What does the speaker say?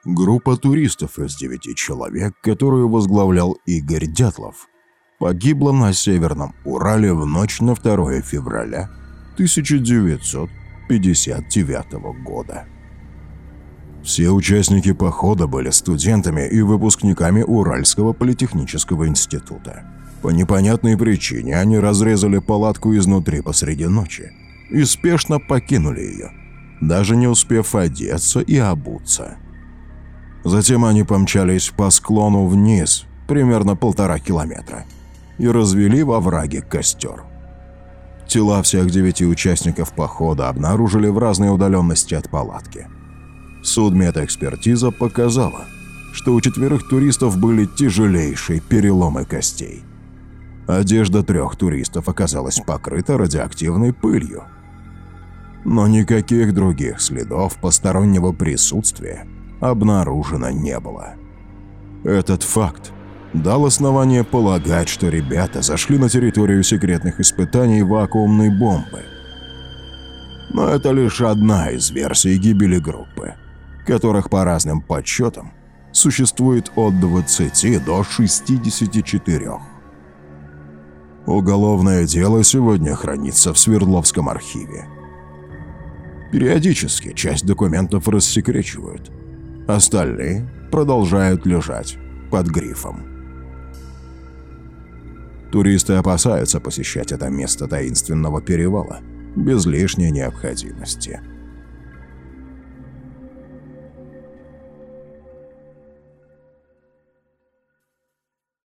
Группа туристов из 9 человек, которую возглавлял Игорь Дятлов, погибла на Северном Урале в ночь на 2 февраля 1959 года. Все участники похода были студентами и выпускниками Уральского политехнического института. По непонятной причине они разрезали палатку изнутри посреди ночи и спешно покинули ее, даже не успев одеться и обуться. Затем они помчались по склону вниз, примерно 1,5 километра, и развели во враге костер. Тела всех 9 участников похода обнаружили в разной удаленности от палатки. Судмедэкспертиза показала, что у 4 туристов были тяжелейшие переломы костей. Одежда 3 туристов оказалась покрыта радиоактивной пылью. Но никаких других следов постороннего присутствия обнаружено не было. Этот факт дал основание полагать, что ребята зашли на территорию секретных испытаний вакуумной бомбы. Но это лишь одна из версий гибели группы, которых по разным подсчетам существует от 20 до 64. Уголовное дело сегодня хранится в Свердловском архиве. Периодически часть документов рассекречивают, остальные продолжают лежать под грифом. Туристы опасаются посещать это место таинственного перевала без лишней необходимости.